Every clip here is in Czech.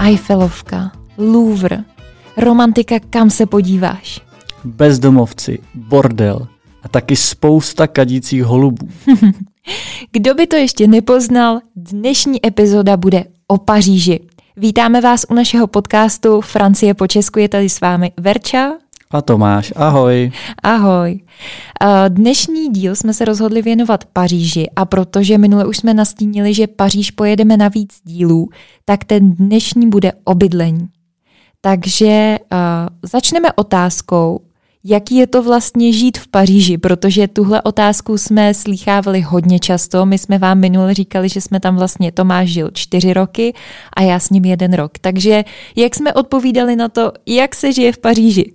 Eiffelovka, Louvre, romantika, kam se podíváš. Bezdomovci, bordel a taky spousta kadících holubů. Kdo by to ještě nepoznal, dnešní epizoda bude o Paříži. Vítáme vás u našeho podcastu Francie po česku, je tady s vámi Verča. A Tomáš, ahoj. Ahoj. Dnešní díl jsme se rozhodli věnovat Paříži a protože minule už jsme nastínili, že Paříž pojedeme na víc dílů, tak ten dnešní bude o bydlení. Takže začneme otázkou, jaký je to vlastně žít v Paříži, protože tuhle otázku jsme slýchávali hodně často. My jsme vám minule říkali, že jsme tam vlastně, Tomáš žil 4 roky a já s ním 1 rok. Takže jak jsme odpovídali na to, jak se žije v Paříži?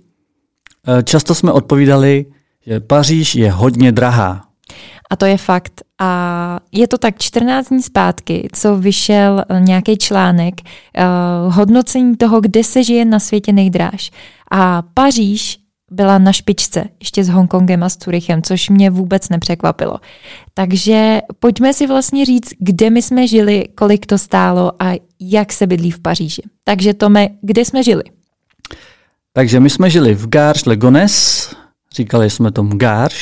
Často jsme odpovídali, že Paříž je hodně drahá. A to je fakt. A je to tak 14 dní zpátky, co vyšel nějaký článek hodnocení toho, kde se žije na světě nejdráž. A Paříž byla na špičce, ještě s Hongkongem a s Curychem, což mě vůbec nepřekvapilo. Takže pojďme si vlastně říct, kde my jsme žili, kolik to stálo a jak se bydlí v Paříži. Takže Tome, kde jsme žili? Takže my jsme žili v Gare Le Gonesse, říkali jsme tomu Gare.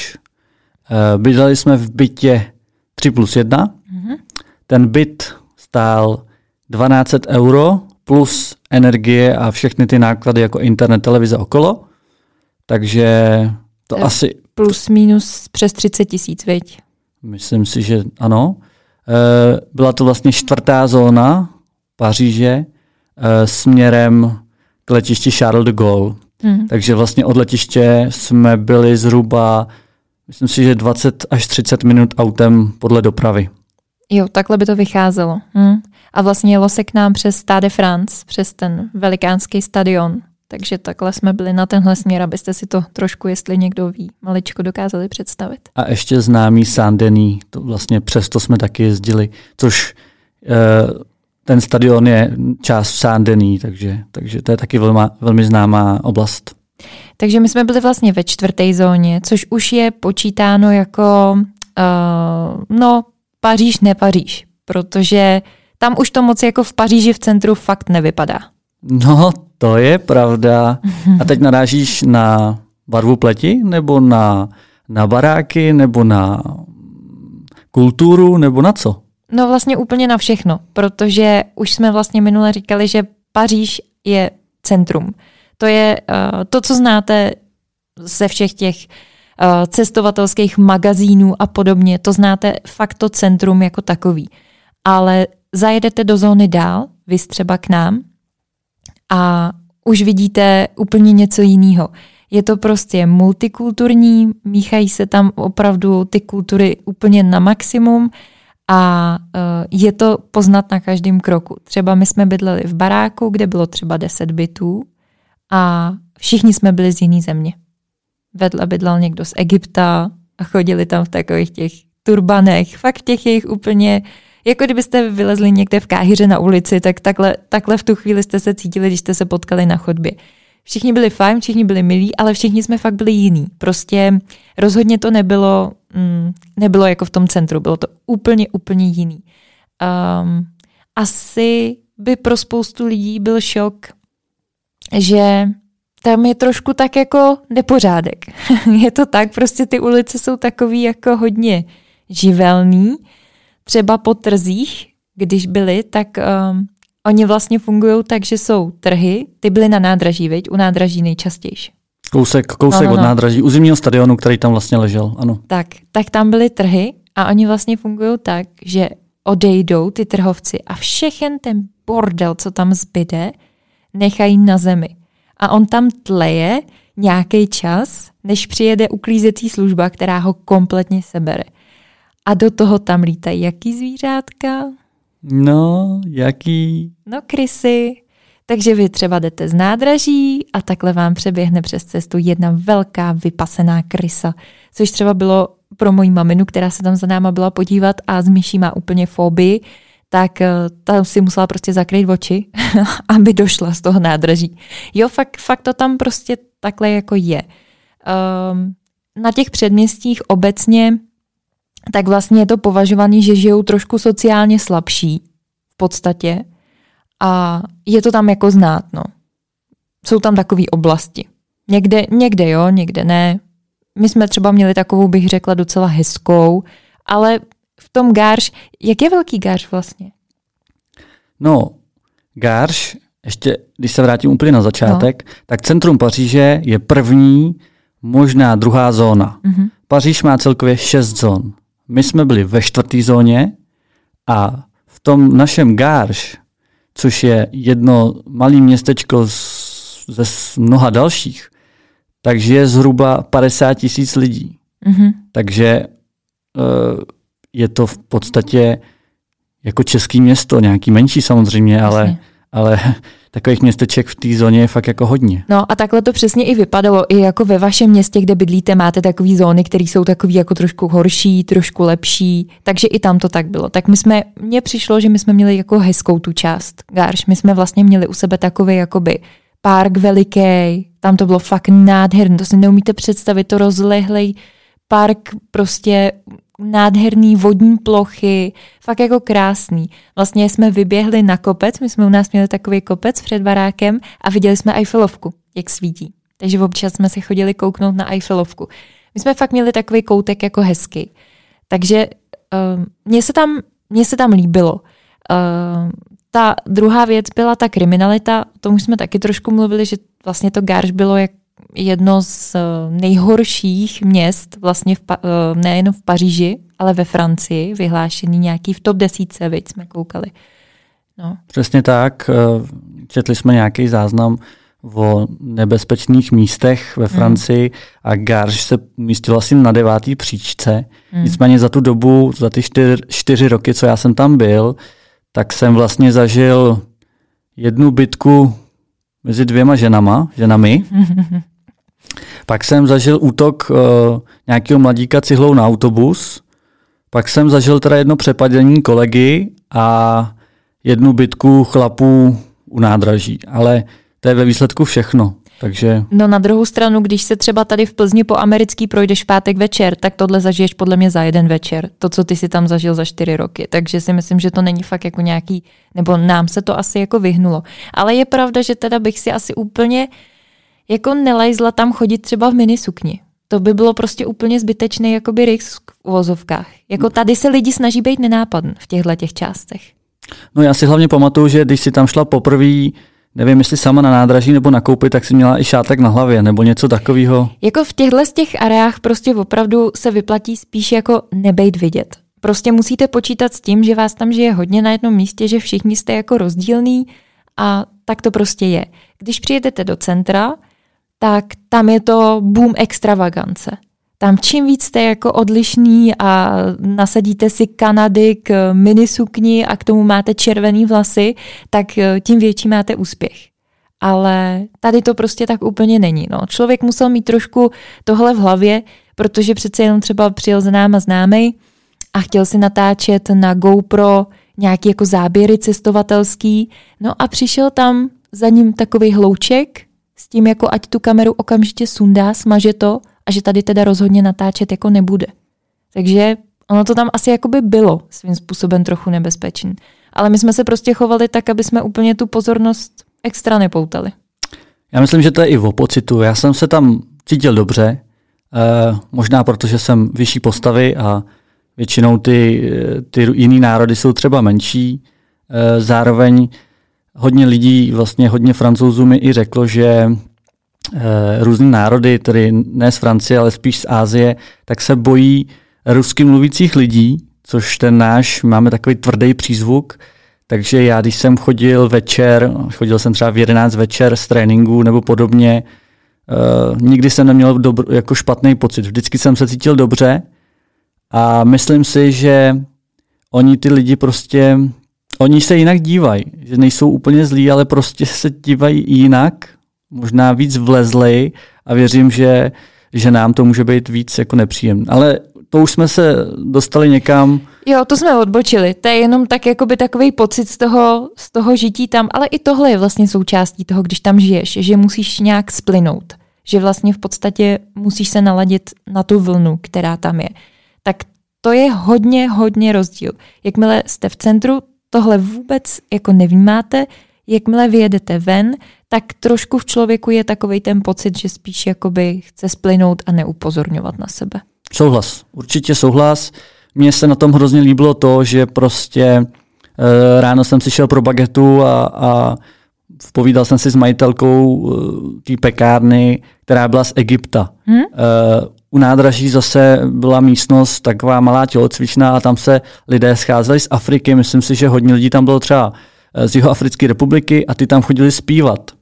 Bydleli jsme v bytě 3+1. Mm-hmm. Ten byt stál 1200 € plus energie a všechny ty náklady jako internet, televize okolo. Takže to asi... Plus minus přes 30 000, viď? Myslím si, že ano. Byla to vlastně 4. zóna Paříže směrem k letišti Charles de Gaulle. Takže vlastně od letiště jsme byli zhruba, myslím si, že 20 až 30 minut autem podle dopravy. Jo, takhle by to vycházelo. A vlastně jelo se k nám přes Stade de France, přes ten velikánský stadion. Takže takhle jsme byli na tenhle směr, abyste si to trošku, jestli někdo ví, maličko dokázali představit. A ještě známý Saint-Denis, to vlastně přesto jsme taky jezdili, což ten stadion je část Saint-Denis, takže to je taky velmi známá oblast. Takže my jsme byli vlastně ve 4. zóně, což už je počítáno jako Paříž, ne Paříž, protože tam už to moc jako v Paříži v centru fakt nevypadá. No, to je pravda. A teď narážíš na barvu pleti, nebo na baráky, nebo na kulturu, nebo na co? No vlastně úplně na všechno, protože už jsme vlastně minule říkali, že Paříž je centrum. To je to, co znáte ze všech těch cestovatelských magazínů a podobně. To znáte fakt to centrum jako takový. Ale zajedete do zóny dál, vy třeba k nám, a už vidíte úplně něco jiného. Je to prostě multikulturní, míchají se tam opravdu ty kultury úplně na maximum a je to poznat na každém kroku. Třeba my jsme bydleli v baráku, kde bylo třeba 10 bytů a všichni jsme byli z jiné země. Vedle bydlel někdo z Egypta a chodili tam v takových těch turbanech, fakt v těch jejich úplně... Jako kdybyste vylezli někde v Káhiře na ulici, tak takhle v tu chvíli jste se cítili, když jste se potkali na chodbě. Všichni byli fajn, všichni byli milí, ale všichni jsme fakt byli jiný. Prostě rozhodně to nebylo jako v tom centru, bylo to úplně jiný. Asi by pro spoustu lidí byl šok, že tam je trošku tak jako nepořádek. Je to tak, prostě ty ulice jsou takový jako hodně živelný. Třeba po trzích, když byli, tak oni vlastně fungují tak, že jsou trhy, ty byly na nádraží, viď? U nádraží nejčastější. Kousek od nádraží, u zimního stadionu, který tam vlastně ležel, ano. Tak tam byly trhy a oni vlastně fungují tak, že odejdou ty trhovci a všechen ten bordel, co tam zbyde, nechají na zemi. A on tam tleje nějaký čas, než přijede uklízecí služba, která ho kompletně sebere. A do toho tam lítají jaký zvířátka? No, jaký? No, krysy. Takže vy třeba jdete z nádraží a takhle vám přeběhne přes cestu jedna velká vypasená krysa. Což třeba bylo pro moji maminu, která se tam za náma byla podívat a z myší má úplně fobii, tak ta si musela prostě zakrýt oči, aby došla z toho nádraží. Jo, fakt to tam prostě takhle jako je. Na těch předměstích obecně tak vlastně je to považovaný, že žijou trošku sociálně slabší v podstatě a je to tam jako znát, no. Jsou tam takové oblasti. Někde jo, někde ne. My jsme třeba měli takovou, bych řekla, docela hezkou, ale v tom Garches, jak je velký Garches vlastně? No, Garches, ještě když se vrátím úplně na začátek, tak centrum Paříže je první, možná druhá zóna. Mm-hmm. Paříž má celkově 6 zón. My jsme byli ve 4. zóně a v tom našem Garches, což je jedno malé městečko ze mnoha dalších, takže je zhruba 50 000 lidí. Mm-hmm. Takže je to v podstatě jako české město, nějaký menší samozřejmě, ale takových městeček v té zóně je fakt jako hodně. No a takhle to přesně i vypadalo. I jako ve vašem městě, kde bydlíte, máte takové zóny, které jsou takový jako trošku horší, trošku lepší, takže i tam to tak bylo. Tak mně přišlo, že my jsme měli jako hezkou tu část Garches. My jsme vlastně měli u sebe takový jakoby park veliký, tam to bylo fakt nádherný, to si neumíte představit, to rozlehlej park, prostě nádherný vodní plochy, fakt jako krásný. Vlastně jsme vyběhli na kopec, my jsme u nás měli takový kopec před barákem a viděli jsme Eiffelovku, jak svítí. Takže občas jsme se chodili kouknout na Eiffelovku. My jsme fakt měli takový koutek jako hezký. Takže mně se tam líbilo. Ta druhá věc byla ta kriminalita, o tom už jsme taky trošku mluvili, že vlastně to Garches bylo jedno z nejhorších měst, vlastně nejen v Paříži, ale ve Francii, vyhlášený nějaký v top 10, viď jsme koukali. No. Přesně tak, četli jsme nějaký záznam o nebezpečných místech ve Francii a Garches se umístil asi na 9. příčce. Nicméně za tu dobu, za ty 4 roky, co já jsem tam byl, tak jsem vlastně zažil jednu bitku mezi 2 ženami. Pak jsem zažil útok nějakého mladíka cihlou na autobus. Pak jsem zažil teda jedno přepadení kolegy a jednu bitku chlapů u nádraží. Ale to je ve výsledku všechno. Takže... No na druhou stranu, když se třeba tady v Plzni po americký projdeš v pátek večer, tak tohle zažiješ podle mě za jeden večer. To, co ty si tam zažil za 4 roky. Takže si myslím, že to není fakt jako nějaký, nebo nám se to asi jako vyhnulo. Ale je pravda, že teda bych si asi úplně jako nelajzla tam chodit třeba v minisukni. To by bylo prostě úplně zbytečný jakoby risk v uvozovkách. Jako tady se lidi snaží být nenápadný v těchto částech. No já si hlavně pamatuju, že když si tam šla poprvé, nevím, jestli sama na nádraží nebo nakoupit, tak si měla i šátek na hlavě nebo něco takového. Jako v těchto z těch areách prostě opravdu se vyplatí spíš jako nebejt vidět. Prostě musíte počítat s tím, že vás tam žije hodně na jednom místě, že všichni jste jako rozdílní a tak to prostě je. Když přijedete do centra, tak tam je to boom extravagance. Tam čím víc jste jako odlišný a nasadíte si Kanady k minisukni a k tomu máte červený vlasy, tak tím větší máte úspěch. Ale tady to prostě tak úplně není. No. Člověk musel mít trošku tohle v hlavě, protože přece jenom třeba přijel za náma známej a chtěl si natáčet na GoPro nějaký jako záběry cestovatelský. No a přišel tam za ním takový hlouček s tím, jako ať tu kameru okamžitě sundá, smaže to a že tady teda rozhodně natáčet jako nebude. Takže ono to tam asi jakoby bylo svým způsobem trochu nebezpečný. Ale my jsme se prostě chovali tak, aby jsme úplně tu pozornost extra nepoutali. Já myslím, že to je i o pocitu. Já jsem se tam cítil dobře, možná protože jsem vyšší postavy a většinou ty jiný národy jsou třeba menší. Zároveň hodně lidí, vlastně hodně Francouzů mi i řeklo, že různý národy, tedy ne z Francie, ale spíš z Asie, tak se bojí rusky mluvících lidí, což ten náš, máme takový tvrdý přízvuk, takže já, když jsem chodil jsem třeba v 11 večer z tréninku nebo podobně, nikdy jsem neměl jako špatný pocit, vždycky jsem se cítil dobře a myslím si, že oni ty lidi prostě, oni se jinak dívají, že nejsou úplně zlí, ale prostě se dívají jinak, možná víc vlezlej a věřím, že nám to může být víc jako nepříjemné. Ale to už jsme se dostali někam. Jo, to jsme odbočili. To je jenom tak jakoby takový pocit z toho žití tam, ale i tohle je vlastně součástí toho, když tam žiješ, že musíš nějak splynout. Že vlastně v podstatě musíš se naladit na tu vlnu, která tam je. Tak to je hodně, hodně rozdíl. Jakmile jste v centru, tohle vůbec jako nevnímáte, jakmile vyjedete ven, tak trošku v člověku je takovej ten pocit, že spíš jakoby chce splynout a neupozorňovat na sebe. Souhlas, určitě souhlas. Mně se na tom hrozně líbilo to, že prostě ráno jsem si šel pro bagetu a povídal jsem si s majitelkou té pekárny, která byla z Egypta. U nádraží zase byla místnost taková malá tělocvičná a tam se lidé scházeli z Afriky. Myslím si, že hodně lidí tam bylo třeba z Jihoafrické republiky a ty tam chodili zpívat.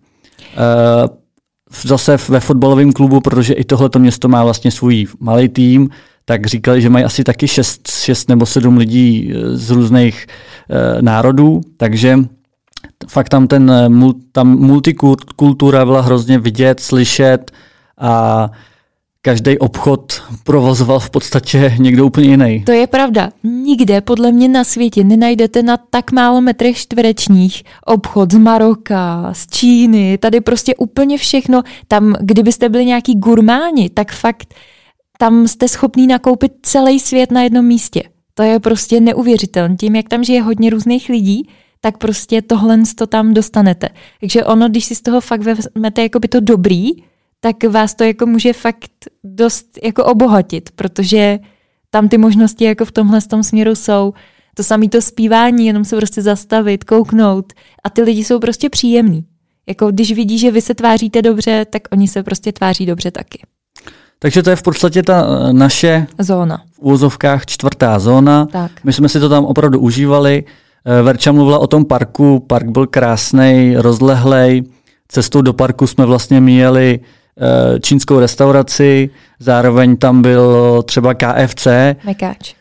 Zase ve fotbalovém klubu, protože i tohleto město má vlastně svůj malý tým, tak říkali, že mají asi taky 6 nebo 7 lidí z různých národů, takže fakt tam tam multikultura byla hrozně vidět, slyšet a každý obchod provozoval v podstatě někdo úplně jiný. To je pravda. Nikde podle mě na světě nenajdete na tak málo metrech čtverečních obchod z Maroka, z Číny, tady prostě úplně všechno. Tam, kdybyste byli nějaký gurmáni, tak fakt tam jste schopný nakoupit celý svět na jednom místě. To je prostě neuvěřitelné. Tím, jak tam žije hodně různých lidí, tak prostě tohle to tam dostanete. Takže ono, když si z toho fakt vezmete jako by to dobrý, tak vás to jako může fakt dost jako obohatit, protože tam ty možnosti jako v tomhle tom směru jsou. To samé to zpívání, jenom se prostě zastavit, kouknout a ty lidi jsou prostě příjemní. Jako když vidí, že vy se tváříte dobře, tak oni se prostě tváří dobře taky. Takže to je v podstatě ta naše zóna. V úvozovkách 4. zóna. Tak. My jsme si to tam opravdu užívali. Verča mluvila o tom parku. Park byl krásnej, rozlehlej. Cestou do parku jsme vlastně měli čínskou restauraci, zároveň tam byl třeba KFC. Mekáč.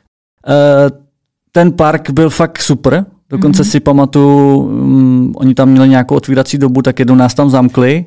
Ten park byl fakt super. Dokonce si pamatuju, oni tam měli nějakou otvírací dobu, tak jednou nás tam zamkli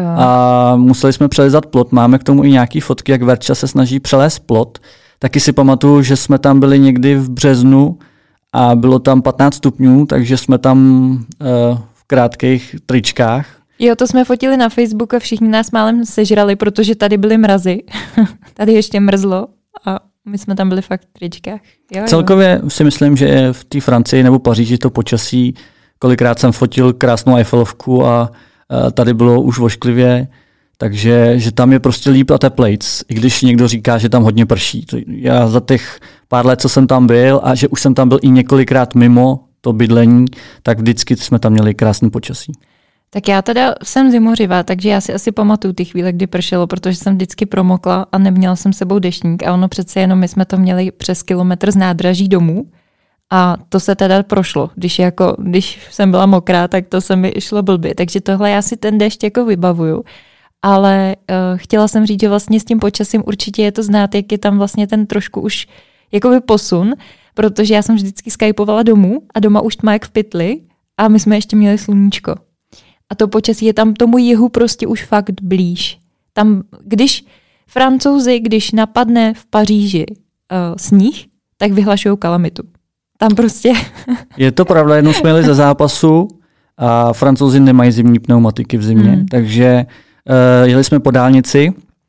a museli jsme přelezat plot. Máme k tomu i nějaký fotky, jak Verča se snaží přelézt plot. Taky si pamatuju, že jsme tam byli někdy v březnu a bylo tam 15 stupňů, takže jsme tam v krátkých tričkách. Jo, to jsme fotili na Facebook a všichni nás málem sežrali, protože tady byly mrazy. Tady ještě mrzlo a my jsme tam byli fakt v tričkách. Jo. Celkově si myslím, že v té Francii nebo Paříži to počasí, kolikrát jsem fotil krásnou Eiffelovku a tady bylo už vošklivě, takže že tam je prostě líp a teplejc, i když někdo říká, že tam hodně prší. Já za těch pár let, co jsem tam byl a že už jsem tam byl i několikrát mimo to bydlení, tak vždycky jsme tam měli krásný počasí. Tak já teda jsem zimořivá, takže já si asi pamatuju ty chvíle, kdy pršelo, protože jsem vždycky promokla a neměla jsem sebou deštník a ono přece jenom my jsme to měli přes kilometr z nádraží domů a to se teda prošlo. Když jsem byla mokrá, tak to se mi šlo blbě, takže tohle já si ten dešť jako vybavuju. Ale chtěla jsem říct, že vlastně s tím počasím určitě je to znát, jak je tam vlastně ten trošku už jakoby posun, protože já jsem vždycky skypovala domů a doma už tma jak v pytli a my jsme ještě měli sluníčko. A to počasí je tam tomu jihu prostě už fakt blíž. Tam, když Francouzi, když napadne v Paříži sníh, tak vyhlašují kalamitu. Tam prostě... Je to pravda, jednou jsme jeli ze zápasu a Francouzi nemají zimní pneumatiky v zimě, takže jeli jsme po dálnici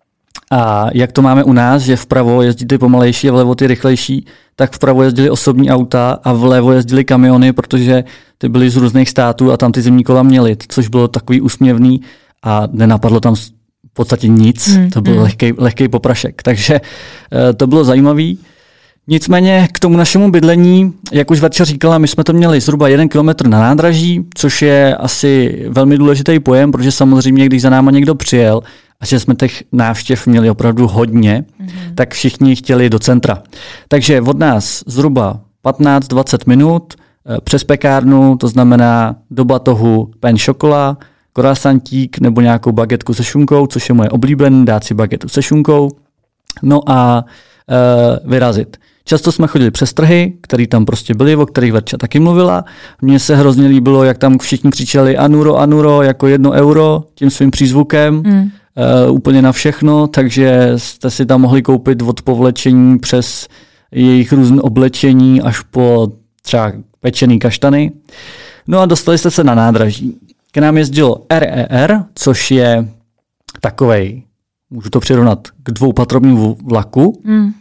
a jak to máme u nás, že vpravo jezdí ty pomalejší a vlevo ty rychlejší, tak vpravo jezdili osobní auta a vlevo jezdili kamiony, protože ty byly z různých států a tam ty zimní kola měly, což bylo takový úsměvný a nenapadlo tam v podstatě nic, to byl lehkej poprašek, takže to bylo zajímavý. Nicméně k tomu našemu bydlení, jak už Verča říkala, my jsme to měli zhruba 1 kilometr na nádraží, což je asi velmi důležitý pojem, protože samozřejmě, když za náma někdo přijel a že jsme těch návštěv měli opravdu hodně, tak všichni chtěli do centra. Takže od nás zhruba 15-20 minut přes pekárnu, to znamená do batohu pain chocolat, croissantík nebo nějakou bagetku se šunkou, což je moje oblíbené, dát si bagetu se šunkou, no a vyrazit. Často jsme chodili přes trhy, které tam prostě byly, o kterých Verča taky mluvila. Mně se hrozně líbilo, jak tam všichni křičeli anuro, jako 1 euro, tím svým přízvukem, úplně na všechno, takže jste si tam mohli koupit od povlečení přes jejich různé oblečení až po třeba pečený kaštany. No a dostali jste se na nádraží. K nám jezdilo RER, což je takovej, můžu to přirovnat k 2patrovnímu vlaku.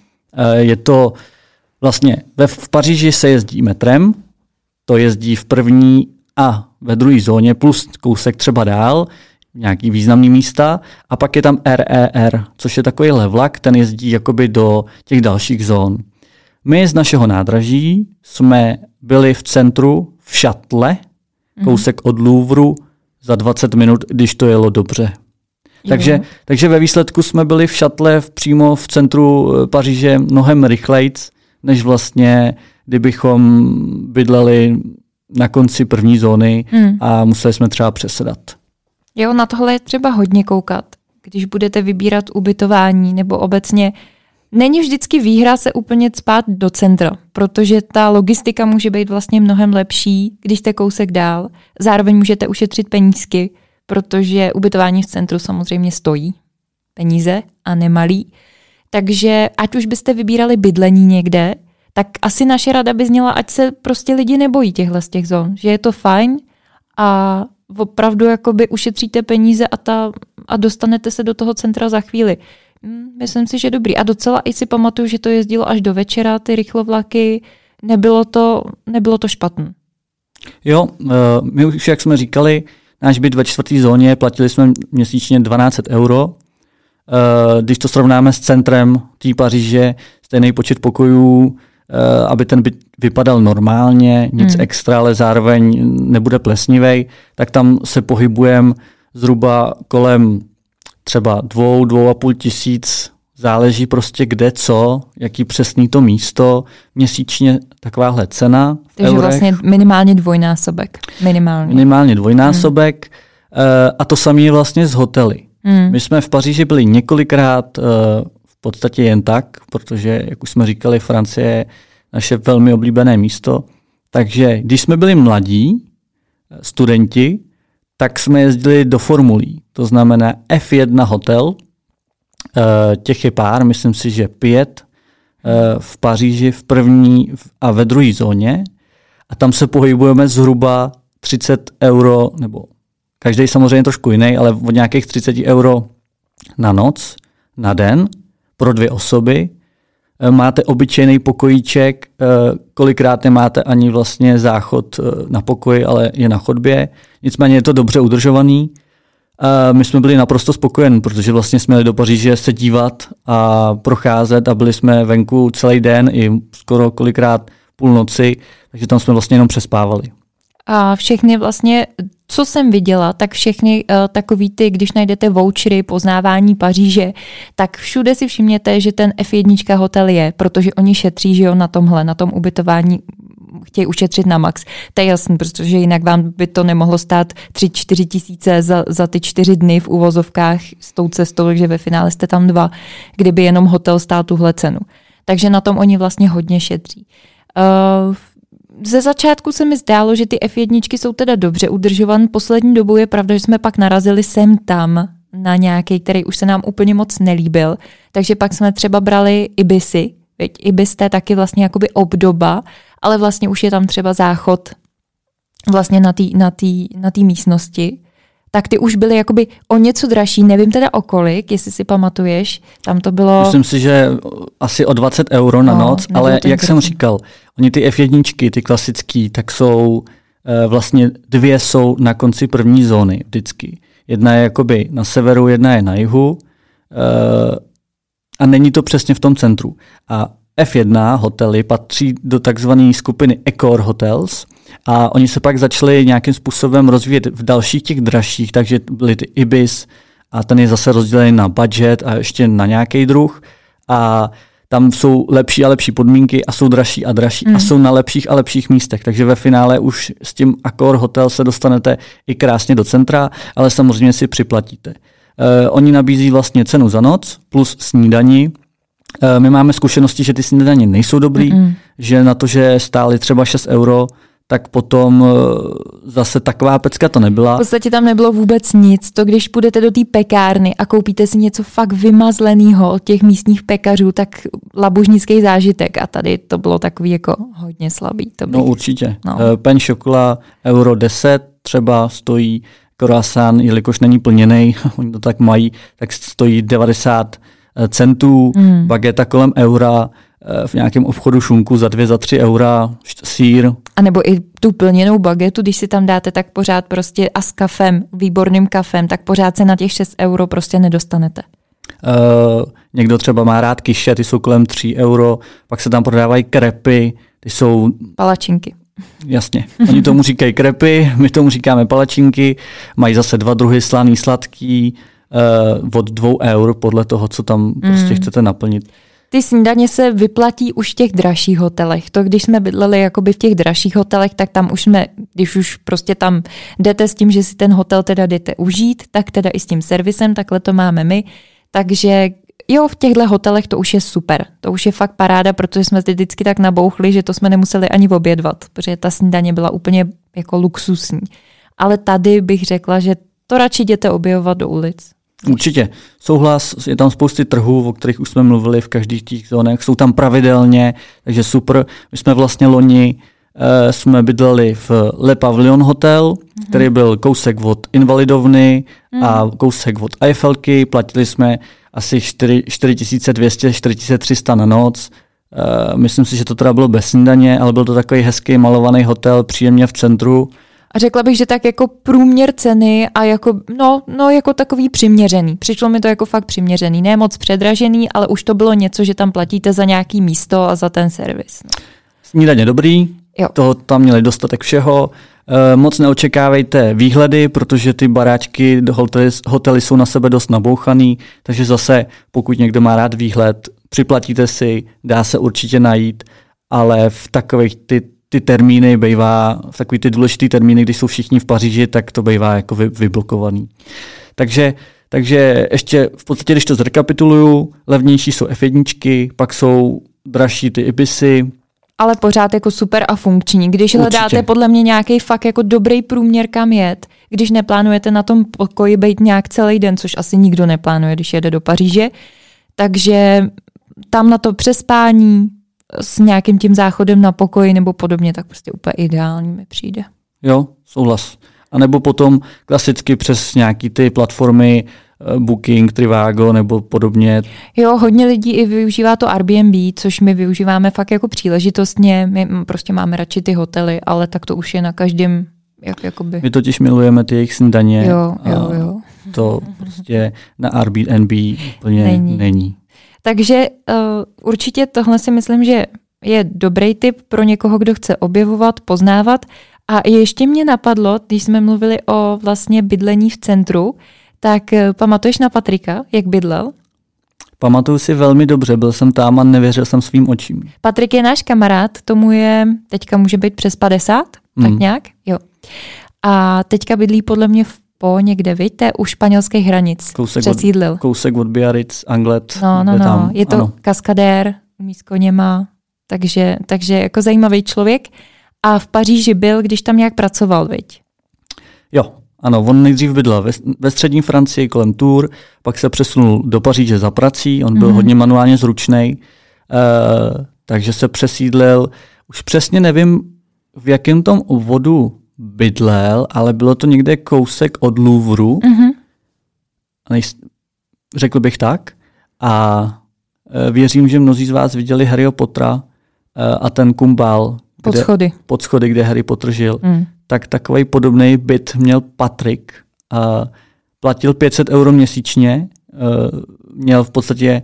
Je to vlastně, v Paříži se jezdí metrem, to jezdí v první a ve druhé zóně plus kousek třeba dál, nějaký významný místa a pak je tam RER, což je takovýhle vlak, ten jezdí jakoby do těch dalších zón. My z našeho nádraží jsme byli v centru v šatle, kousek od Louvru za 20 minut, když to jelo dobře. Takže ve výsledku jsme byli v šatle přímo v centru Paříže mnohem rychlejc, než vlastně, kdybychom bydleli na konci první zóny a museli jsme třeba přesedat. Jo, na tohle je třeba hodně koukat, když budete vybírat ubytování nebo obecně. Není vždycky výhra se úplně cpát do centra, protože ta logistika může být vlastně mnohem lepší, když jste kousek dál. Zároveň můžete ušetřit penízky, protože ubytování v centru samozřejmě stojí peníze a nemalý. Takže ať už byste vybírali bydlení někde, tak asi naše rada by zněla, ať se prostě lidi nebojí z těch zón, že je to fajn a opravdu jakoby ušetříte peníze a dostanete se do toho centra za chvíli. Myslím si, že dobrý. A docela i si pamatuju, že to jezdilo až do večera, ty rychlovlaky. Nebylo to špatné. Jo, my už, jak jsme říkali, náš byt ve 4. zóně, platili jsme měsíčně 1200 €. Když to srovnáme s centrem té Paříže, stejný počet pokojů, aby ten byt vypadal normálně, nic extra, ale zároveň nebude plesnivej, tak tam se pohybujeme zhruba kolem třeba 2,5 tisíc, záleží prostě kde co, jaký přesný to místo, měsíčně takováhle cena. Takže vlastně minimálně dvojnásobek. Minimálně dvojnásobek a to samé je vlastně z hotely. My jsme v Paříži byli několikrát v podstatě jen tak, protože, jak už jsme říkali, Francie je naše velmi oblíbené místo. Takže když jsme byli mladí, studenti, tak jsme jezdili do formulí. To znamená F1 hotel, těch je pár, myslím si, že 5 v Paříži v první a ve druhé zóně. A tam se pohybujeme zhruba 30 €, nebo každý samozřejmě trošku jiný, ale od nějakých 30 € na noc, na den, pro 2 osoby. Máte obyčejný pokojíček, kolikrát nemáte ani vlastně záchod na pokoji, ale je na chodbě. Nicméně je to dobře udržovaný. My jsme byli naprosto spokojení, protože vlastně jsme jeli do Paříže se dívat a procházet a byli jsme venku celý den i skoro kolikrát půlnoci, takže tam jsme vlastně jenom přespávali. A všechny vlastně, co jsem viděla, tak všechny takový ty, když najdete vouchery, poznávání Paříže, tak všude si všimněte, že ten F1 hotel je, protože oni šetří, že jo, na tom ubytování chtějí ušetřit na max. To je jasný, protože jinak vám by to nemohlo stát 3-4 tisíce za ty 4 dny v uvozovkách s tou cestou, takže ve finále jste tam 2, kdyby jenom hotel stál tuhle cenu. Takže na tom oni vlastně hodně šetří. Ze začátku se mi zdálo, že ty F1 jsou teda dobře udržované. Poslední dobou je pravda, že jsme pak narazili sem tam na nějaký, který už se nám úplně moc nelíbil. Takže pak jsme třeba brali Ibisy. Ibis je taky vlastně jakoby obdoba, ale vlastně už je tam třeba záchod vlastně na té místnosti. Tak ty už byly jakoby o něco dražší, nevím teda o kolik, jestli si pamatuješ, tam to bylo... Myslím si, že asi o 20 € na noc, ale jak jsem říkal, oni ty F1, ty klasický, tak jsou vlastně 2 jsou na konci první zóny vždycky. Jedna je jakoby na severu, jedna je na jihu a není to přesně v tom centru. A F1 hotely patří do takzvané skupiny Accor Hotels a oni se pak začali nějakým způsobem rozvíjet v dalších těch dražších, takže byly ty Ibis a ten je zase rozdělený na budget a ještě na nějaký druh a tam jsou lepší a lepší podmínky a jsou dražší a dražší a jsou na lepších a lepších místech, takže ve finále už s tím Accor Hotel se dostanete i krásně do centra, ale samozřejmě si připlatíte. Oni nabízí vlastně cenu za noc plus snídani. My máme zkušenosti, že ty snídaně nejsou dobrý, že na to, že stály třeba 6 €, tak potom zase taková pecka to nebyla. V podstatě tam nebylo vůbec nic. To, když půjdete do té pekárny a koupíte si něco fakt vymazlenýho od těch místních pekařů, tak labužnický zážitek. A tady to bylo takový jako hodně slabý. No určitě. No. Pain chocolat €10 třeba stojí, croissant, jelikož není plněnej, oni to tak mají, tak stojí 90 centů, bageta kolem eura, v nějakém obchodu šunku za 2, za 3 eura, sýr. A nebo i tu plněnou bagetu, když si tam dáte, tak pořád prostě a s kafem, výborným kafem, tak pořád se na těch 6 euro prostě nedostanete. Někdo třeba má rád kyše, ty jsou kolem 3 euro, pak se tam prodávají krepy, ty jsou... Palačinky. Jasně, oni tomu říkají krepy, my tomu říkáme palačinky, mají zase 2 druhy, slaný, sladký, od 2 eur podle toho, co tam prostě chcete naplnit. Ty snídaně se vyplatí už v těch dražších hotelech. To, když jsme bydleli jakoby v těch dražších hotelech, tak tam už jsme, když už prostě tam jdete s tím, že si ten hotel teda jdete užít, tak teda i s tím servisem, takhle to máme my. Takže jo, v těchto hotelech to už je super. To už je fakt paráda, protože jsme vždycky tak nabouchli, že to jsme nemuseli ani obědvat, protože ta snídaně byla úplně jako luxusní. Ale tady bych řekla, že to radši jděte objevovat do ulic. Určitě. Souhlas, je tam spousty trhů, o kterých už jsme mluvili v každých těch zónách, jsou tam pravidelně, takže super. My jsme vlastně loni jsme bydleli v Le Pavillon Hotel, který byl kousek od Invalidovny a kousek od Eiffelky. Platili jsme asi 4200, 4300 na noc. Myslím si, že to teda bylo bez snídaně, ale byl to takový hezký malovaný hotel, příjemně v centru. A řekla bych, že tak jako průměr ceny a jako, no jako takový přiměřený. Přišlo mi to jako fakt přiměřený. Ne moc předražený, ale už to bylo něco, že tam platíte za nějaký místo a za ten servis. No. Snídaně dobrý, toho tam měli dostatek všeho. Moc neočekávejte výhledy, protože ty baráčky, hotely jsou na sebe dost nabouchaný, takže zase pokud někdo má rád výhled, připlatíte si, dá se určitě najít, ale v takových ty termíny bývá, v takový ty důležitý termíny, když jsou všichni v Paříži, tak to bývá jako vyblokovaný. Takže ještě v podstatě, když to zrekapituluju, levnější jsou F1, pak jsou dražší ty Ibisy. Ale pořád jako super a funkční. Když hledáte podle mě nějaký fakt jako dobrý průměr, kam jet, když neplánujete na tom pokoji být nějak celý den, což asi nikdo neplánuje, když jede do Paříže, takže tam na to přespání s nějakým tím záchodem na pokoji nebo podobně, tak prostě úplně ideální mi přijde. Jo, souhlas. A nebo potom klasicky přes nějaký ty platformy Booking, Trivago nebo podobně. Jo, hodně lidí i využívá to Airbnb, což my využíváme fakt jako příležitostně. My prostě máme radši ty hotely, ale tak to už je na každém jakoby. My totiž milujeme ty jejich snídaně. Jo. To prostě na Airbnb úplně není. Takže určitě tohle si myslím, že je dobrý tip pro někoho, kdo chce objevovat, poznávat. A ještě mě napadlo, když jsme mluvili o vlastně bydlení v centru, tak pamatuješ na Patrika, jak bydlel? Pamatuju si velmi dobře, byl jsem tam a nevěřil jsem svým očím. Patrik je náš kamarád, tomu je, teďka může být přes 50, tak nějak, jo. A teďka bydlí podle mě někde, víte, u španělských hranic. Přesídlil. Kousek od Biarritz, Anglet. No. Tam, je to kaskadér, umí s koněma, takže jako zajímavý člověk. A v Paříži byl, když tam nějak pracoval, viď? Jo, ano, on nejdřív bydlel ve střední Francii kolem Tours, pak se přesunul do Paříže za prací, on byl hodně manuálně zručnej, takže se přesídlil. Už přesně nevím, v jakém tom obvodu bydlel, ale bylo to někde kousek od Louvru, řekl bych tak. A věřím, že mnozí z vás viděli Harryho Pottera a ten kumbál pod schody, kde Harry Potter žil. Tak takový podobný byt měl Patrik. Platil 500 euro měsíčně, měl v podstatě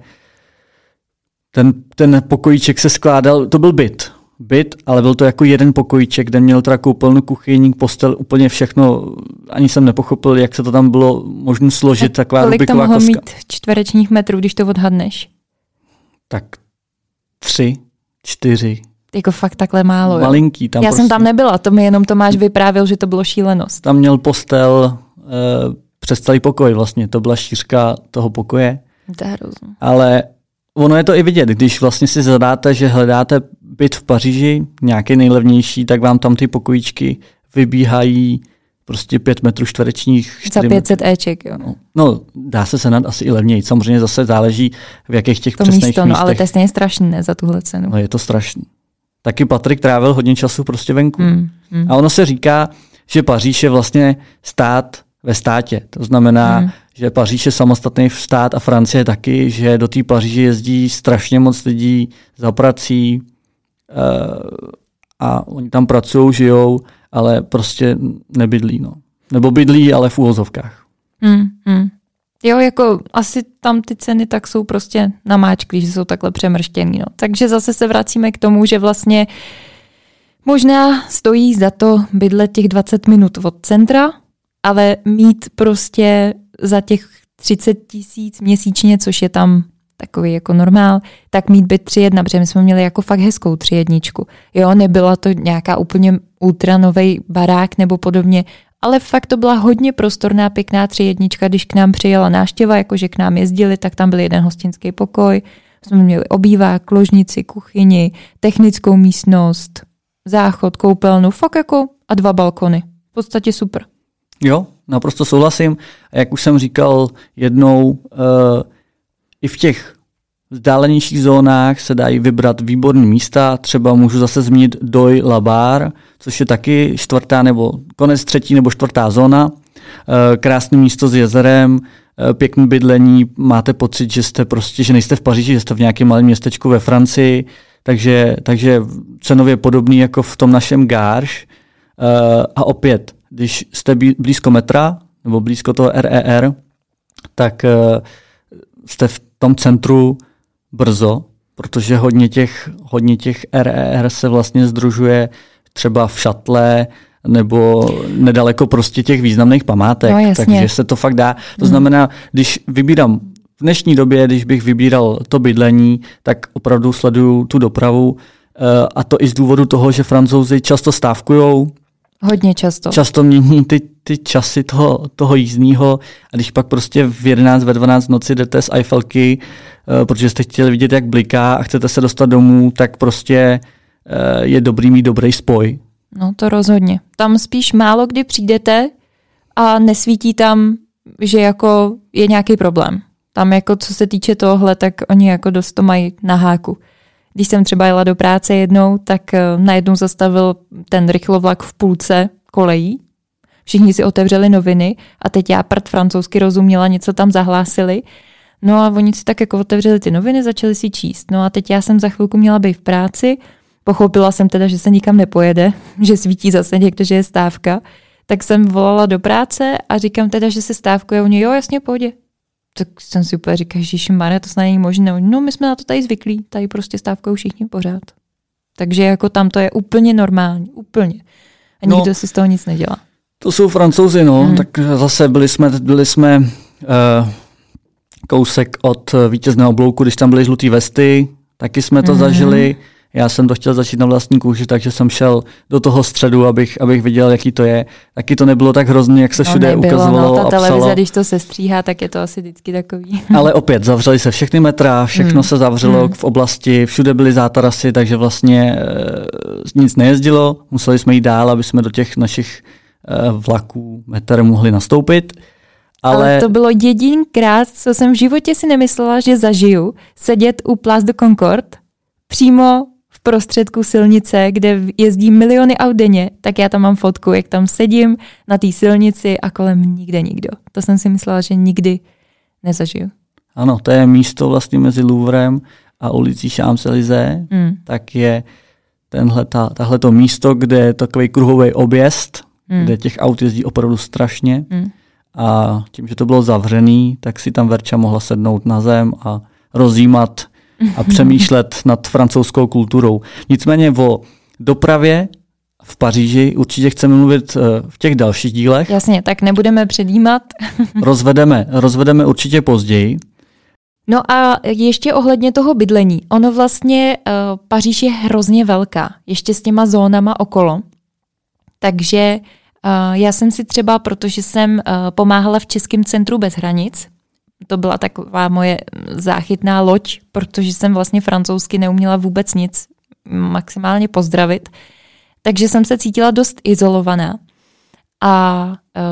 ten pokojíček se skládal, to byl byt, ale byl to jako jeden pokojíček, kde měl teda koupelnu, kuchyň, postel, úplně všechno. Ani jsem nepochopil, jak se to tam bylo možné složit. Taková kolik Rubiková to mohlo koska. mít čtverečních metrů, když to odhadneš? Tak 3, 4. Jako fakt takhle málo. Malinký. Tam Já jsem tam nebyla, to mi jenom Tomáš vyprávěl, že to bylo šílenost. Tam měl postel přes celý pokoj vlastně, to byla šířka toho pokoje. Ale ono je to i vidět, když vlastně si zadáte, že hledáte byt v Paříži, nějaký nejlevnější, tak vám tam ty pokojíčky vybíhají prostě 5 metrů čtverečních. Za 500 éček, jo. No, dá se sehnat asi i levněji. Samozřejmě zase záleží, v jakých těch to přesných místech. No, ale to je stejně strašný, ne, za tuhle cenu. No, je to strašný. Taky Patrik trávil hodně času prostě venku. A ono se říká, že Paříž je vlastně stát ve státě. To znamená, že Paříž je samostatný stát a Francie taky, že do té Paříže jezdí strašně moc lidí za prací a oni tam pracují, žijou, ale prostě nebydlí. No. Nebo bydlí, ale v úvozovkách. Jo, jako asi tam ty ceny tak jsou prostě namáčklí, že jsou takhle přemrštěný. No. Takže zase se vracíme k tomu, že vlastně možná stojí za to bydlet těch 20 minut od centra, ale mít prostě za těch 30 000 měsíčně, což je tam takový jako normál, tak mít byt 3:1, protože my jsme měli jako fakt hezkou 3:1. Jo, nebyla to nějaká úplně ultra novej barák nebo podobně, ale fakt to byla hodně prostorná, pěkná 3:1, když k nám přijela návštěva, jakože k nám jezdili, tak tam byl jeden hostinský pokoj, jsme měli obývák, ložnici, kuchyni, technickou místnost, záchod, koupelnu, fakt jako a 2 balkony. V podstatě super. Jo, naprosto souhlasím. A jak už jsem říkal jednou, i v těch vzdálenějších zónách se dají vybrat výborné místa. Třeba můžu zase zmínit Doi La Bar, což je taky 4. nebo konec 3. nebo 4. zóna. Krásné místo s jezerem, pěkné bydlení, máte pocit, že jste prostě, že nejste v Paříži, že jste v nějakém malém městečku ve Francii, takže cenově podobný jako v tom našem Garches. A opět, když jste blízko metra nebo blízko toho RER, tak jste v tom centru brzo, protože hodně těch RER se vlastně sdružuje třeba v Šatle nebo nedaleko prostě těch významných památek, no, takže se to fakt dá. To znamená, když vybírám v dnešní době, když bych vybíral to bydlení, tak opravdu sleduju tu dopravu a to i z důvodu toho, že Francouzi často stávkujou. Hodně často. Často mění ty časy toho jízdního a když pak prostě v 11, ve 12 noci jdete z Eiffelky, protože jste chtěli vidět, jak bliká a chcete se dostat domů, tak prostě je dobrý mít dobrý spoj. No to rozhodně. Tam spíš málo kdy přijdete a nesvítí tam, že jako je nějaký problém. Tam jako co se týče tohle, tak oni jako dost to mají na háku. Když jsem třeba jela do práce jednou, tak najednou zastavil ten rychlovlak v půlce kolejí. Všichni si otevřeli noviny a teď já francouzsky rozuměla, něco tam zahlásili. No a oni si tak jako otevřeli ty noviny, začali si číst. No a teď já jsem za chvilku měla být v práci, pochopila jsem teda, že se nikam nepojede, že svítí zase někde, že je stávka. Tak jsem volala do práce a říkám teda, že se stávkuje. Oni jo, jasně, pohodě. Tak jsem si úplně říkal, ježišmarja, to snad není možné. No my jsme na to tady zvyklí, tady prostě stávkují všichni pořád. Takže jako tam to je úplně normální, úplně. A nikdo si z toho nic nedělá. To jsou Francouzi, tak zase byli jsme kousek od vítězného oblouku, když tam byly žlutý vesty, taky jsme to zažili. Já jsem to chtěl začít na vlastní kůži, takže jsem šel do toho středu, abych viděl, jaký to je. Taky to nebylo tak hrozný, jak se všude ukazovalo ta a psalo. televize, když to se stříhá, tak je to asi vždycky takový. Ale opět, zavřeli se všechny metra, všechno se zavřelo v oblasti, všude byly zátarasy, takže vlastně nic nejezdilo. Museli jsme jít dál, aby jsme do těch našich vlaků metr mohli nastoupit. Ale to bylo jedinkrát, co jsem v životě si nemyslela, že zažiju, sedět u Place de Concorde přímo v prostředku silnice, kde jezdí miliony aut denně, tak já tam mám fotku, jak tam sedím na té silnici a kolem nikde nikdo. To jsem si myslela, že nikdy nezažiju. Ano, to je místo vlastně mezi Louvrem a ulicí Champs-Élysées, tak je tahleto místo, kde je takový kruhový objezd, kde těch aut jezdí opravdu strašně. A tím, že to bylo zavřený, tak si tam Verča mohla sednout na zem a rozjímat a přemýšlet nad francouzskou kulturou. Nicméně o dopravě v Paříži určitě chceme mluvit v těch dalších dílech. Jasně, tak nebudeme předjímat. rozvedeme určitě později. No a ještě ohledně toho bydlení. Ono vlastně, Paříž je hrozně velká, ještě s těma zónama okolo. Takže já jsem si třeba, protože jsem pomáhala v Českém centru bez hranic, to byla taková moje záchytná loď, protože jsem vlastně francouzsky neuměla vůbec nic, maximálně pozdravit. Takže jsem se cítila dost izolovaná. A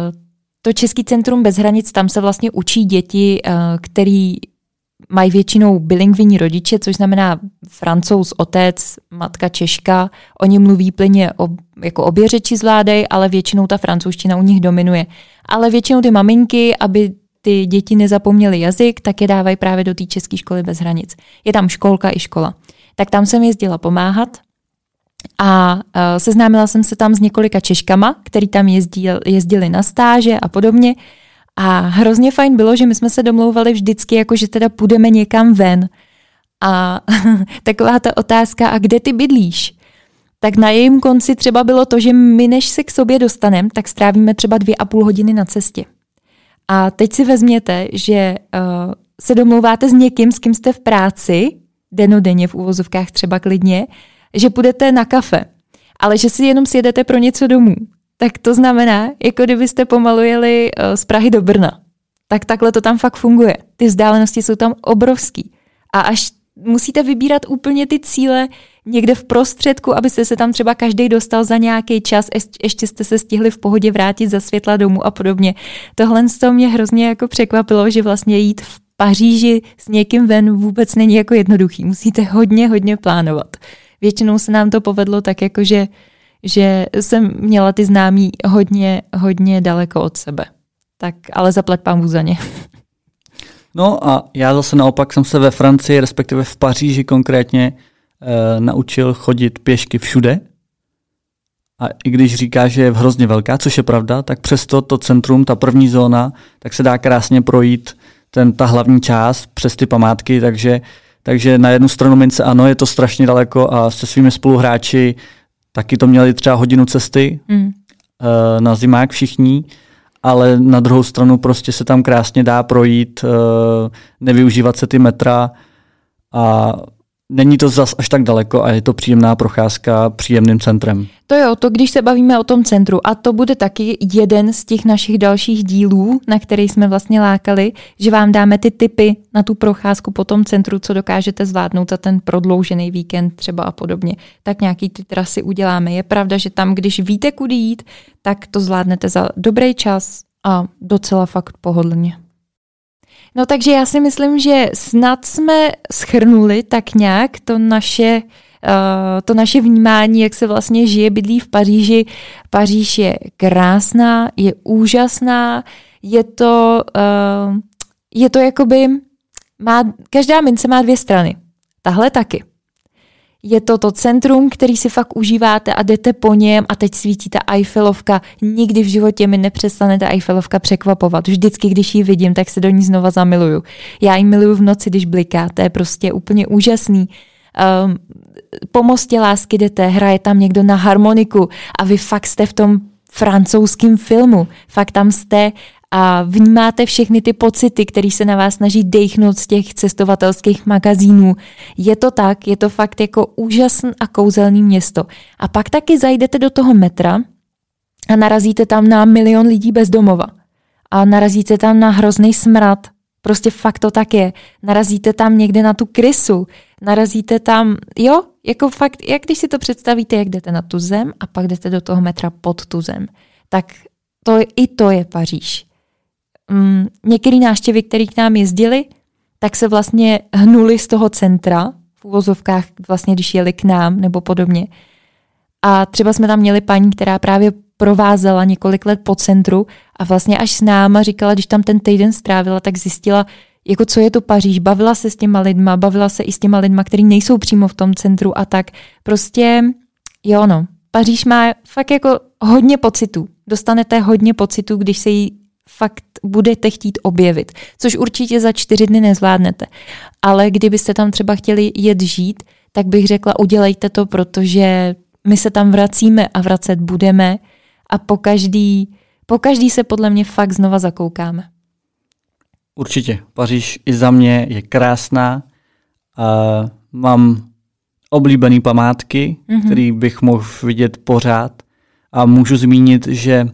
to Český centrum bez hranic, tam se vlastně učí děti, který mají většinou bilingvní rodiče, což znamená Francouz, otec, matka Češka. Oni mluví plně jako obě řeči zvládají, ale většinou ta francouzština u nich dominuje. Ale většinou ty maminky, aby ty děti nezapomněly jazyk, tak je dávají právě do té české školy bez hranic. Je tam školka i škola. Tak tam jsem jezdila pomáhat a seznámila jsem se tam s několika Češkama, který tam jezdili na stáže a podobně. A hrozně fajn bylo, že my jsme se domlouvali vždycky, jako že teda půjdeme někam ven. A taková ta otázka, a kde ty bydlíš? Tak na jejím konci třeba bylo to, že my, než se k sobě dostaneme, tak strávíme třeba 2,5 hodiny na cestě. A teď si vezměte, že se domlouváte s někým, s kým jste v práci, dennodenně v uvozovkách třeba klidně, že půjdete na kafe, ale že si jenom sjedete pro něco domů. Tak to znamená, jako kdybyste pomalu jeli z Prahy do Brna. Tak takhle to tam fakt funguje. Ty vzdálenosti jsou tam obrovský. A až musíte vybírat úplně ty cíle někde v prostředku, abyste se tam třeba každý dostal za nějaký čas, ještě jste se stihli v pohodě vrátit za světla domů a podobně. Tohle z toho mě hrozně jako překvapilo, že vlastně jít v Paříži s někým ven vůbec není jako jednoduchý. Musíte hodně plánovat. Většinou se nám to povedlo tak jako, že jsem měla ty známí hodně daleko od sebe. Tak ale zaplať pánbůh za ně. No a já zase naopak jsem se ve Francii, respektive v Paříži konkrétně, naučil chodit pěšky všude. A i když říká, že je hrozně velká, což je pravda, tak přesto to centrum, ta první zóna, tak se dá krásně projít ta hlavní část přes ty památky, takže na jednu stranu mince ano, je to strašně daleko a se svými spoluhráči taky to měli třeba hodinu cesty na zimák všichni, ale na druhou stranu prostě se tam krásně dá projít, nevyužívat se ty metra a není to zas až tak daleko a je to příjemná procházka příjemným centrem. To jo, to když se bavíme o tom centru a to bude taky jeden z těch našich dalších dílů, na který jsme vlastně lákali, že vám dáme ty tipy na tu procházku po tom centru, co dokážete zvládnout za ten prodloužený víkend třeba a podobně. Tak nějaký ty trasy uděláme. Je pravda, že tam, když víte, kudy jít, tak to zvládnete za dobrý čas a docela fakt pohodlně. No takže já si myslím, že snad jsme shrnuli tak nějak to naše vnímání, jak se vlastně žije, bydlí v Paříži. Paříž je krásná, je úžasná, je to jakoby, každá mince má 2 strany. Tahle taky. Je to centrum, který si fakt užíváte a jdete po něm a teď svítí ta Eiffelovka. Nikdy v životě mi nepřestane ta Eiffelovka překvapovat. Vždycky, když ji vidím, tak se do ní znova zamiluju. Já ji miluju v noci, když bliká. To je prostě úplně úžasný. Po mostě lásky jdete, hraje tam někdo na harmoniku a vy fakt jste v tom francouzském filmu. Fakt tam jste a vnímáte všechny ty pocity, které se na vás snaží dejchnout z těch cestovatelských magazínů. Je to tak, je to fakt jako úžasné a kouzelné město. A pak taky zajdete do toho metra a narazíte tam na 1 milion lidí bez domova. A narazíte tam na hrozný smrad. Prostě fakt to tak je. Narazíte tam někde na tu krysu. Narazíte tam, jo, jako fakt, jak když si to představíte, jak jdete na tu zem a pak jdete do toho metra pod tu zem. Tak to je Paříž. Některý návštěvy, který k nám jezdili, tak se vlastně hnuli z toho centra, v uvozovkách vlastně, když jeli k nám nebo podobně. A třeba jsme tam měli paní, která právě provázela několik let po centru a vlastně až s náma říkala, když tam ten týden strávila, tak zjistila, jako co je to Paříž. Bavila se s těma lidma, bavila se i s těma lidma, kteří nejsou přímo v tom centru a tak. Prostě, jo no, Paříž má fakt jako hodně pocitů. Dostanete hodně pocitů, když se jí fakt budete chtít objevit, což určitě za 4 dny nezvládnete. Ale kdybyste tam třeba chtěli jet žít, tak bych řekla, udělejte to, protože my se tam vracíme a vracet budeme a po každý se podle mě fakt znova zakoukáme. Určitě. Paříž i za mě je krásná. Mám oblíbené památky, které bych mohl vidět pořád a můžu zmínit, že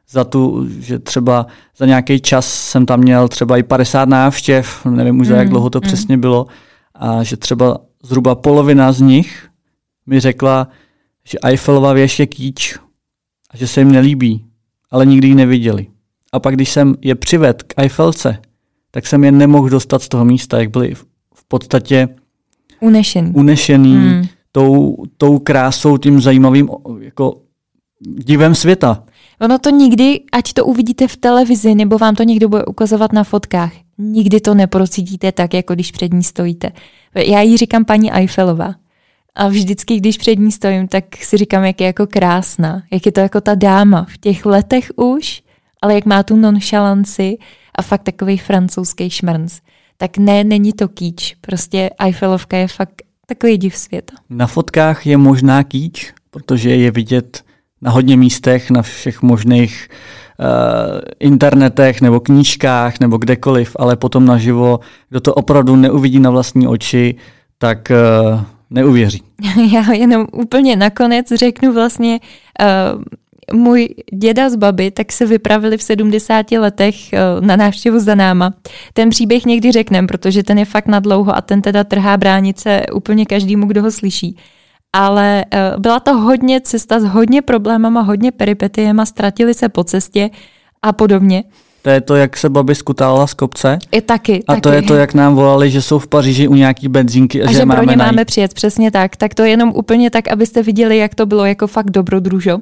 třeba za nějaký čas jsem tam měl třeba i 50 návštěv, nevím už za jak dlouho to přesně bylo, a že třeba zhruba polovina z nich mi řekla, že Eiffelova věž je kýč a že se jim nelíbí, ale nikdy ji neviděli. A pak, když jsem je přivedl k Eiffelce, tak jsem je nemohl dostat z toho místa, jak byli v podstatě unešený tou krásou, tím zajímavým jako divem světa. Ono to nikdy, ať to uvidíte v televizi, nebo vám to někdo bude ukazovat na fotkách, nikdy to neprocítíte tak, jako když před ní stojíte. Já jí říkám paní Eiffelová. A vždycky, když před ní stojím, tak si říkám, jak je jako krásná. Jak je to jako ta dáma v těch letech už, ale jak má tu nonchalanci a fakt takový francouzský šmrnc. Tak ne, není to kýč. Prostě Eiffelovka je fakt takový div světa. Na fotkách je možná kýč, protože je vidět na hodně místech, na všech možných internetech nebo knížkách nebo kdekoliv, ale potom naživo, kdo to opravdu neuvidí na vlastní oči, tak neuvěří. Já jenom úplně nakonec řeknu vlastně, můj děda z babi tak se vypravili v 70 letech na návštěvu za náma. Ten příběh někdy řeknem, protože ten je fakt nadlouho a ten teda trhá bránice úplně každému, kdo ho slyší. Ale byla to hodně cesta s hodně problémama, hodně peripetiema, ztratili se po cestě a podobně. To je to, jak se babi skutála z kopce? Taky. To je to, jak nám volali, že jsou v Paříži u nějaký benzínky a že pro ně máme přijet, přesně tak. Tak to jenom úplně tak, abyste viděli, jak to bylo jako fakt dobrodružo.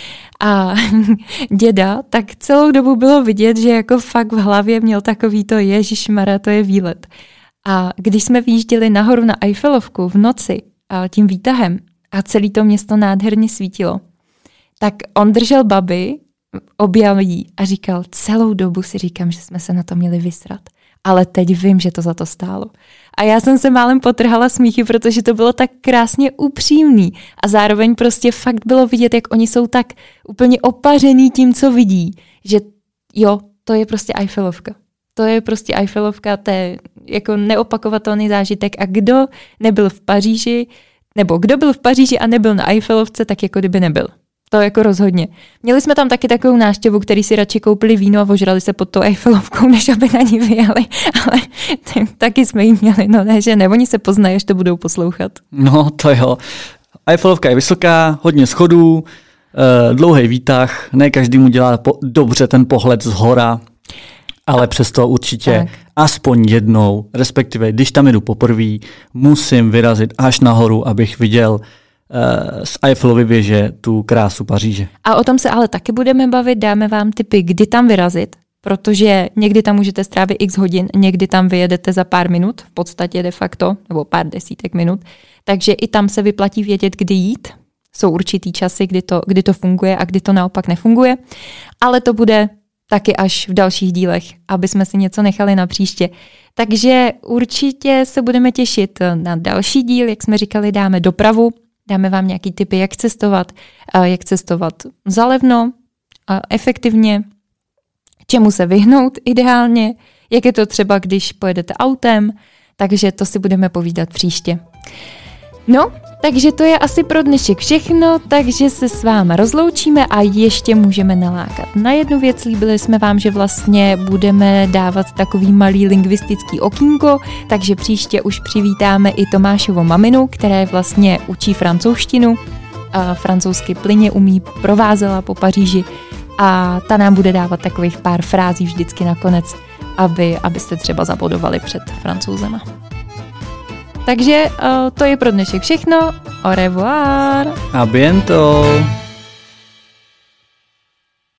A děda, tak celou dobu bylo vidět, že jako fakt v hlavě měl takový to ježišmarja, to je výlet. A když jsme vyjížděli nahoru na Eiffelovku v noci tím výtahem a celé to město nádherně svítilo, tak on držel babi, objal jí a říkal, celou dobu si říkám, že jsme se na to měli vysrat. Ale teď vím, že to za to stálo. A já jsem se málem potrhala smíchy, protože to bylo tak krásně upřímný. A zároveň prostě fakt bylo vidět, jak oni jsou tak úplně opařený tím, co vidí. Že jo, to je prostě Eiffelovka. To je prostě Eiffelovka, to je jako neopakovatelný zážitek. A kdo nebyl v Paříži, nebo kdo byl v Paříži a nebyl na Eiffelovce, tak jako kdyby nebyl. To jako rozhodně. Měli jsme tam taky takovou návštěvu, který si radši koupili víno a ožrali se pod tou Eiffelovkou, než aby na ní vyjeli. Ale taky jsme jí měli, no ne, že ne, oni se poznají, až to budou poslouchat. No to jo. Eiffelovka je vysoká, hodně schodů, dlouhý výtah, ne každému dělá dobře ten pohled z hora, ale přesto určitě tak. Aspoň jednou, respektive když tam jdu poprvé, musím vyrazit až nahoru, abych viděl z Eiffelovy věže tu krásu Paříže. A o tom se ale taky budeme bavit, dáme vám tipy, kdy tam vyrazit, protože někdy tam můžete strávit x hodin, někdy tam vyjedete za pár minut, v podstatě de facto, nebo pár desítek minut, takže i tam se vyplatí vědět, kdy jít. Jsou určitý časy, kdy to funguje a kdy to naopak nefunguje, ale to bude taky až v dalších dílech, aby jsme si něco nechali na příště. Takže určitě se budeme těšit na další díl, jak jsme říkali, dáme dopravu, dáme vám nějaký tipy, jak cestovat za levno, efektivně, čemu se vyhnout ideálně, jak je to třeba, když pojedete autem, takže to si budeme povídat příště. No, takže to je asi pro dnešek všechno, takže se s váma rozloučíme a ještě můžeme nalákat na jednu věc. Slíbili jsme vám, že vlastně budeme dávat takový malý lingvistický okýnko, takže příště už přivítáme i Tomášovu maminu, která vlastně učí francouzštinu, a francouzsky plyně umí, provázela po Paříži a ta nám bude dávat takových pár frází vždycky nakonec, abyste třeba zabodovali před Francouzema. Takže to je pro dnešek všechno. Au revoir. A bientôt.